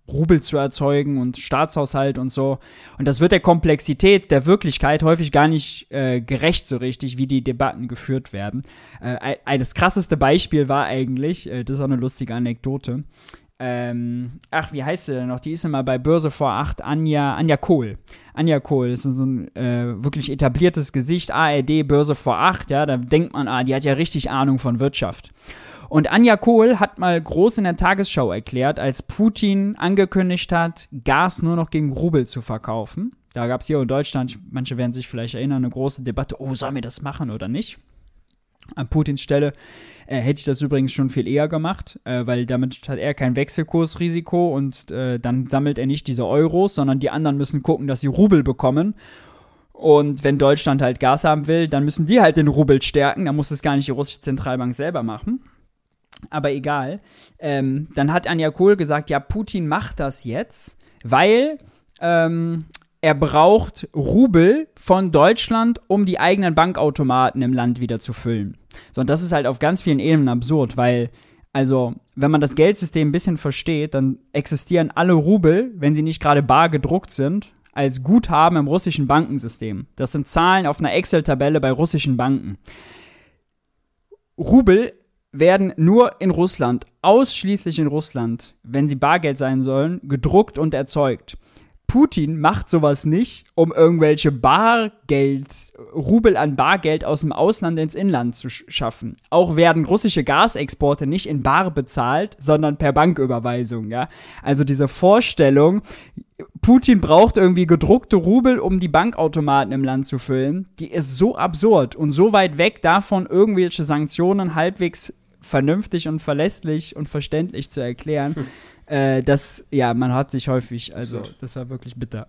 Rubel zu erzeugen und Staatshaushalt und so. Und das wird der Komplexität der Wirklichkeit häufig gar nicht gerecht so richtig, wie die Debatten geführt werden. Das krasseste Beispiel war eigentlich, das ist auch eine lustige Anekdote, wie heißt sie denn noch? Die ist immer bei Börse vor 8, Anja Kohl. Anja Kohl ist so ein wirklich etabliertes Gesicht, ARD, Börse vor 8, ja, da denkt man, die hat ja richtig Ahnung von Wirtschaft. Und Anja Kohl hat mal groß in der Tagesschau erklärt, als Putin angekündigt hat, Gas nur noch gegen Rubel zu verkaufen. Da gab es hier in Deutschland, manche werden sich vielleicht erinnern, eine große Debatte, sollen wir das machen oder nicht? An Putins Stelle hätte ich das übrigens schon viel eher gemacht, weil damit hat er kein Wechselkursrisiko und dann sammelt er nicht diese Euros, sondern die anderen müssen gucken, dass sie Rubel bekommen. Und wenn Deutschland halt Gas haben will, dann müssen die halt den Rubel stärken, dann muss es gar nicht die russische Zentralbank selber machen. Aber egal. Dann hat Anja Kohl gesagt, ja, Putin macht das jetzt, weil er braucht Rubel von Deutschland, um die eigenen Bankautomaten im Land wieder zu füllen. So, und das ist halt auf ganz vielen Ebenen absurd, weil, also, wenn man das Geldsystem ein bisschen versteht, dann existieren alle Rubel, wenn sie nicht gerade bar gedruckt sind, als Guthaben im russischen Bankensystem. Das sind Zahlen auf einer Excel-Tabelle bei russischen Banken. Rubel werden nur in Russland, ausschließlich in Russland, wenn sie Bargeld sein sollen, gedruckt und erzeugt. Putin macht sowas nicht, um irgendwelche Rubel an Bargeld aus dem Ausland ins Inland zu schaffen. Auch werden russische Gasexporte nicht in Bar bezahlt, sondern per Banküberweisung, ja. Also diese Vorstellung, Putin braucht irgendwie gedruckte Rubel, um die Bankautomaten im Land zu füllen, die ist so absurd und so weit weg davon, irgendwelche Sanktionen halbwegs vernünftig und verlässlich und verständlich zu erklären. Man hat sich häufig, also das war wirklich bitter.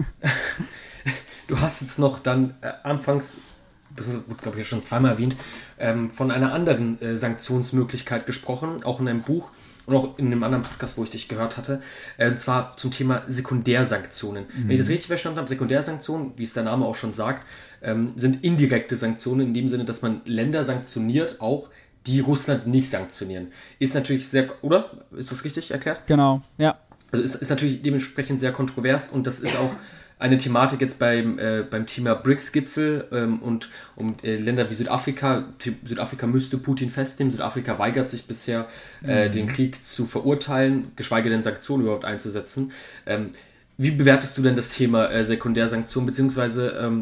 Du hast jetzt noch dann anfangs, wird glaube ich schon zweimal erwähnt, von einer anderen Sanktionsmöglichkeit gesprochen, auch in einem Buch und auch in einem anderen Podcast, wo ich dich gehört hatte, und zwar zum Thema Sekundärsanktionen. Wenn ich das richtig verstanden habe, Sekundärsanktionen, wie es der Name auch schon sagt, sind indirekte Sanktionen in dem Sinne, dass man Länder sanktioniert, auch die Russland nicht sanktionieren. Ist natürlich sehr, oder? Ist das richtig erklärt? Genau, ja. Also ist natürlich dementsprechend sehr kontrovers und das ist auch eine Thematik jetzt beim Thema BRICS-Gipfel und um Länder wie Südafrika. Südafrika müsste Putin festnehmen. Südafrika weigert sich bisher, den Krieg zu verurteilen, geschweige denn Sanktionen überhaupt einzusetzen. Wie bewertest du denn das Thema Sekundärsanktionen, beziehungsweise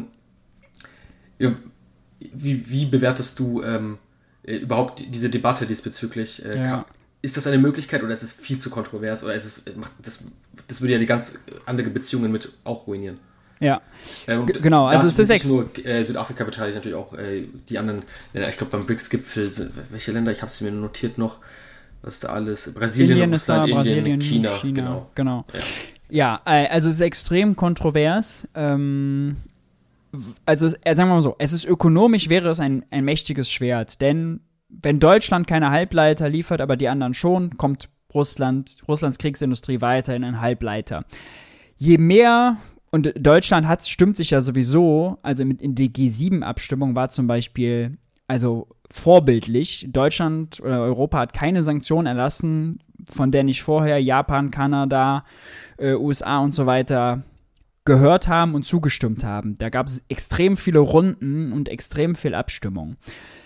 wie bewertest du überhaupt diese Debatte diesbezüglich? Ist das eine Möglichkeit oder ist es viel zu kontrovers oder ist es, das würde ja die ganz andere Beziehungen mit auch ruinieren? Ja, genau. Also es ist nicht nur Südafrika beteiligt, natürlich auch die anderen Länder. Ich glaube beim BRICS-Gipfel, welche Länder? Ich habe es mir notiert noch, was da alles. Brasilien, Russland, Indien, China. Genau. Ja, also es ist extrem kontrovers. Also sagen wir mal so, ökonomisch wäre es ein mächtiges Schwert, denn wenn Deutschland keine Halbleiter liefert, aber die anderen schon, kommt Russlands Kriegsindustrie weiter in einen Halbleiter. Je mehr, und Deutschland stimmt sich ja sowieso, also in der G7-Abstimmung war zum Beispiel, also vorbildlich, Deutschland oder Europa hat keine Sanktionen erlassen, von der nicht vorher Japan, Kanada, USA und so weiter gehört haben und zugestimmt haben. Da gab es extrem viele Runden und extrem viel Abstimmung.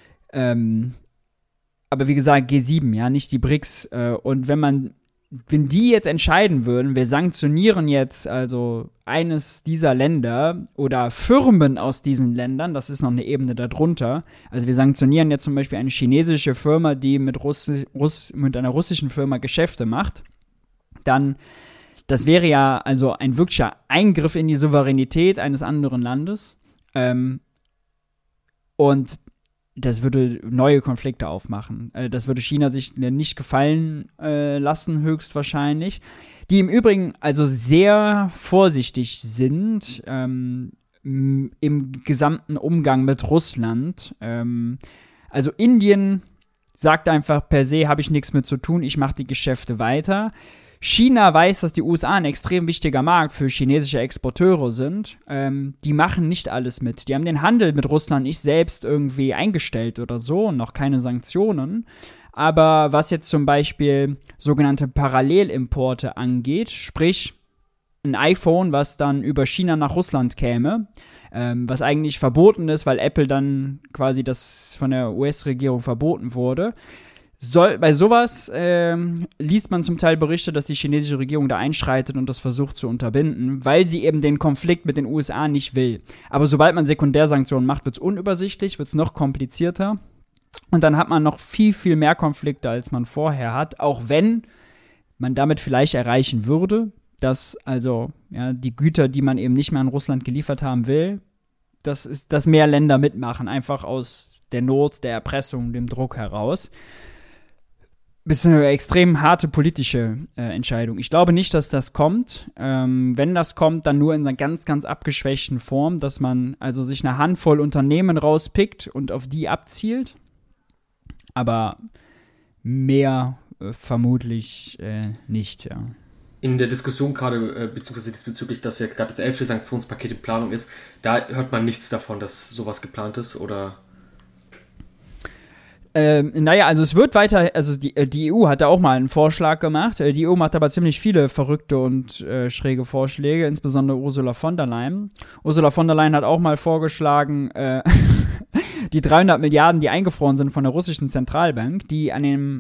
Aber wie gesagt, G7, ja, nicht die BRICS. Und wenn die jetzt entscheiden würden, wir sanktionieren jetzt also eines dieser Länder oder Firmen aus diesen Ländern, das ist noch eine Ebene darunter. Also wir sanktionieren jetzt zum Beispiel eine chinesische Firma, die mit einer russischen Firma Geschäfte macht, dann das wäre ja also ein wirklicher Eingriff in die Souveränität eines anderen Landes. Und das würde neue Konflikte aufmachen. Das würde China sich nicht gefallen lassen, höchstwahrscheinlich. Die im Übrigen also sehr vorsichtig sind im gesamten Umgang mit Russland. Also Indien sagt einfach per se, habe ich nichts mit zu tun, ich mache die Geschäfte weiter. China weiß, dass die USA ein extrem wichtiger Markt für chinesische Exporteure sind. Die machen nicht alles mit. Die haben den Handel mit Russland nicht selbst irgendwie eingestellt oder so und noch keine Sanktionen. Aber was jetzt zum Beispiel sogenannte Parallelimporte angeht, sprich ein iPhone, was dann über China nach Russland käme, was eigentlich verboten ist, weil Apple dann quasi das von der US-Regierung verboten wurde. Bei sowas liest man zum Teil Berichte, dass die chinesische Regierung da einschreitet und das versucht zu unterbinden, weil sie eben den Konflikt mit den USA nicht will. Aber sobald man Sekundärsanktionen macht, wird es unübersichtlich, wird es noch komplizierter. Und dann hat man noch viel, viel mehr Konflikte, als man vorher hat, auch wenn man damit vielleicht erreichen würde, dass also die Güter, die man eben nicht mehr an Russland geliefert haben will, dass mehr Länder mitmachen, einfach aus der Not, der Erpressung, dem Druck heraus. Das ist eine extrem harte politische Entscheidung. Ich glaube nicht, dass das kommt. Wenn das kommt, dann nur in einer ganz, ganz abgeschwächten Form, dass man also sich eine Handvoll Unternehmen rauspickt und auf die abzielt. Aber mehr vermutlich nicht, ja. In der Diskussion gerade, beziehungsweise diesbezüglich, dass ja gerade das 11. Sanktionspaket in Planung ist, da hört man nichts davon, dass sowas geplant ist, oder? Also es wird weiter, also die EU hat da auch mal einen Vorschlag gemacht. Die EU macht aber ziemlich viele verrückte und schräge Vorschläge, insbesondere Ursula von der Leyen. Ursula von der Leyen hat auch mal vorgeschlagen, die 300 Milliarden, die eingefroren sind von der russischen Zentralbank, die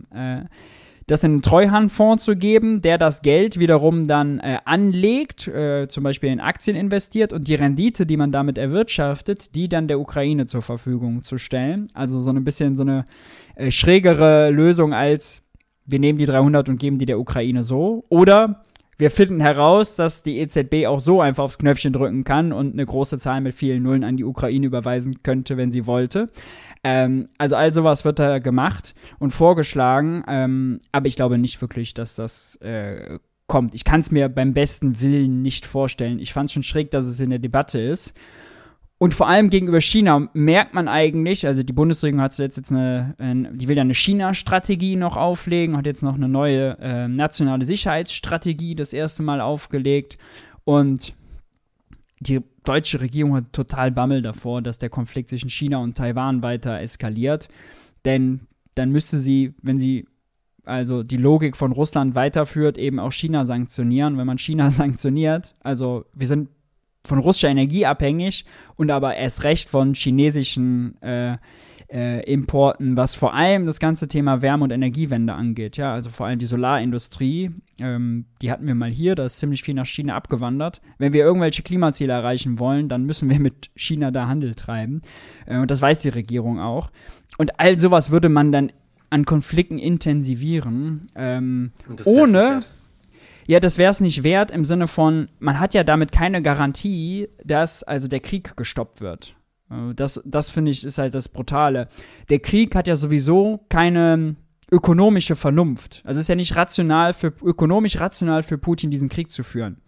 das in einen Treuhandfonds zu geben, der das Geld wiederum dann anlegt, zum Beispiel in Aktien investiert und die Rendite, die man damit erwirtschaftet, die dann der Ukraine zur Verfügung zu stellen. Also so ein bisschen so eine schrägere Lösung als wir nehmen die 300 und geben die der Ukraine so. Oder wir finden heraus, dass die EZB auch so einfach aufs Knöpfchen drücken kann und eine große Zahl mit vielen Nullen an die Ukraine überweisen könnte, wenn sie wollte. Also all sowas wird da gemacht und vorgeschlagen, aber ich glaube nicht wirklich, dass das kommt. Ich kann es mir beim besten Willen nicht vorstellen. Ich fand es schon schräg, dass es in der Debatte ist. Und vor allem gegenüber China merkt man eigentlich, also die Bundesregierung hat jetzt die will ja eine China-Strategie noch auflegen, hat jetzt noch eine neue nationale Sicherheitsstrategie das erste Mal aufgelegt und die deutsche Regierung hat total Bammel davor, dass der Konflikt zwischen China und Taiwan weiter eskaliert, denn dann müsste sie, wenn sie also die Logik von Russland weiterführt, eben auch China sanktionieren. Wenn man China sanktioniert, also wir sind von russischer Energie abhängig und aber erst recht von chinesischen Importen, was vor allem das ganze Thema Wärme- und Energiewende angeht. Ja, also vor allem die Solarindustrie, die hatten wir mal hier, da ist ziemlich viel nach China abgewandert. Wenn wir irgendwelche Klimaziele erreichen wollen, dann müssen wir mit China da Handel treiben. Und das weiß die Regierung auch. Und all sowas würde man dann an Konflikten intensivieren, ohne... Ja, das wäre es nicht wert im Sinne von, man hat ja damit keine Garantie, dass also der Krieg gestoppt wird. Das finde ich, ist halt das Brutale. Der Krieg hat ja sowieso keine ökonomische Vernunft. Also es ist ja nicht ökonomisch rational für Putin, diesen Krieg zu führen.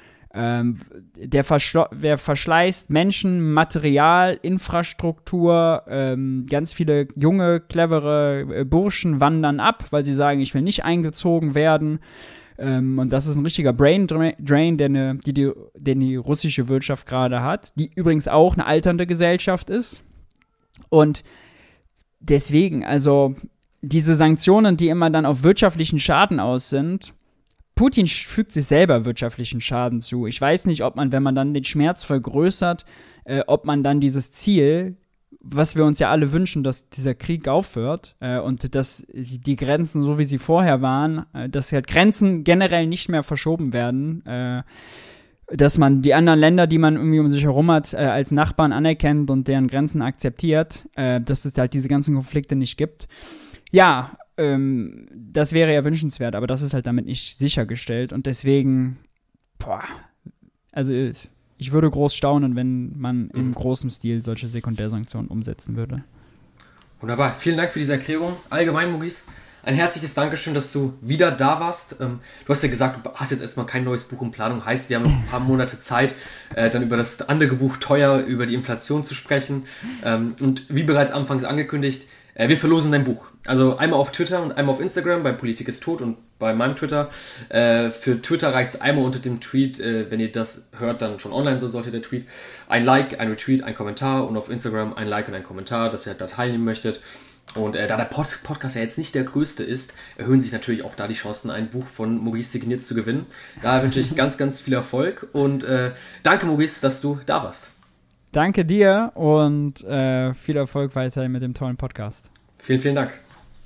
Der verschleißt Menschen, Material, Infrastruktur, ganz viele junge, clevere Burschen wandern ab, weil sie sagen, ich will nicht eingezogen werden. Und das ist ein richtiger Brain Drain, den die russische Wirtschaft gerade hat, die übrigens auch eine alternde Gesellschaft ist. Und deswegen, also diese Sanktionen, die immer dann auf wirtschaftlichen Schaden aus sind, Putin fügt sich selber wirtschaftlichen Schaden zu. Ich weiß nicht, ob man, wenn man dann den Schmerz vergrößert, ob man dann dieses Ziel, was wir uns ja alle wünschen, dass dieser Krieg aufhört und dass die Grenzen, so wie sie vorher waren, dass halt Grenzen generell nicht mehr verschoben werden, dass man die anderen Länder, die man irgendwie um sich herum hat, als Nachbarn anerkennt und deren Grenzen akzeptiert, dass es halt diese ganzen Konflikte nicht gibt. Ja, das wäre ja wünschenswert, aber das ist halt damit nicht sichergestellt und deswegen, also ich würde groß staunen, wenn man im großen Stil solche Sekundärsanktionen umsetzen würde. Wunderbar. Vielen Dank für diese Erklärung. Allgemein, Maurice, ein herzliches Dankeschön, dass du wieder da warst. Du hast ja gesagt, du hast jetzt erstmal kein neues Buch in Planung. Heißt, wir haben noch ein paar Monate Zeit, dann über das andere Buch Teuer, über die Inflation zu sprechen. Und wie bereits anfangs angekündigt, wir verlosen dein Buch. Also einmal auf Twitter und einmal auf Instagram, bei Politik ist tot und bei meinem Twitter. Für Twitter reicht es einmal unter dem Tweet, wenn ihr das hört, dann schon online so sollte der Tweet. Ein Like, ein Retweet, ein Kommentar und auf Instagram ein Like und ein Kommentar, dass ihr da teilnehmen möchtet. Und da der Podcast ja jetzt nicht der größte ist, erhöhen sich natürlich auch da die Chancen, ein Buch von Maurice signiert zu gewinnen. Da wünsche ich ganz, ganz viel Erfolg und danke Maurice, dass du da warst. Danke dir und viel Erfolg weiterhin mit dem tollen Podcast. Vielen, vielen Dank.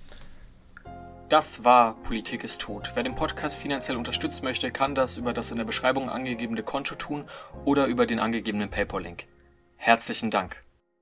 Das war Politik ist tot. Wer den Podcast finanziell unterstützen möchte, kann das über das in der Beschreibung angegebene Konto tun oder über den angegebenen PayPal-Link. Herzlichen Dank.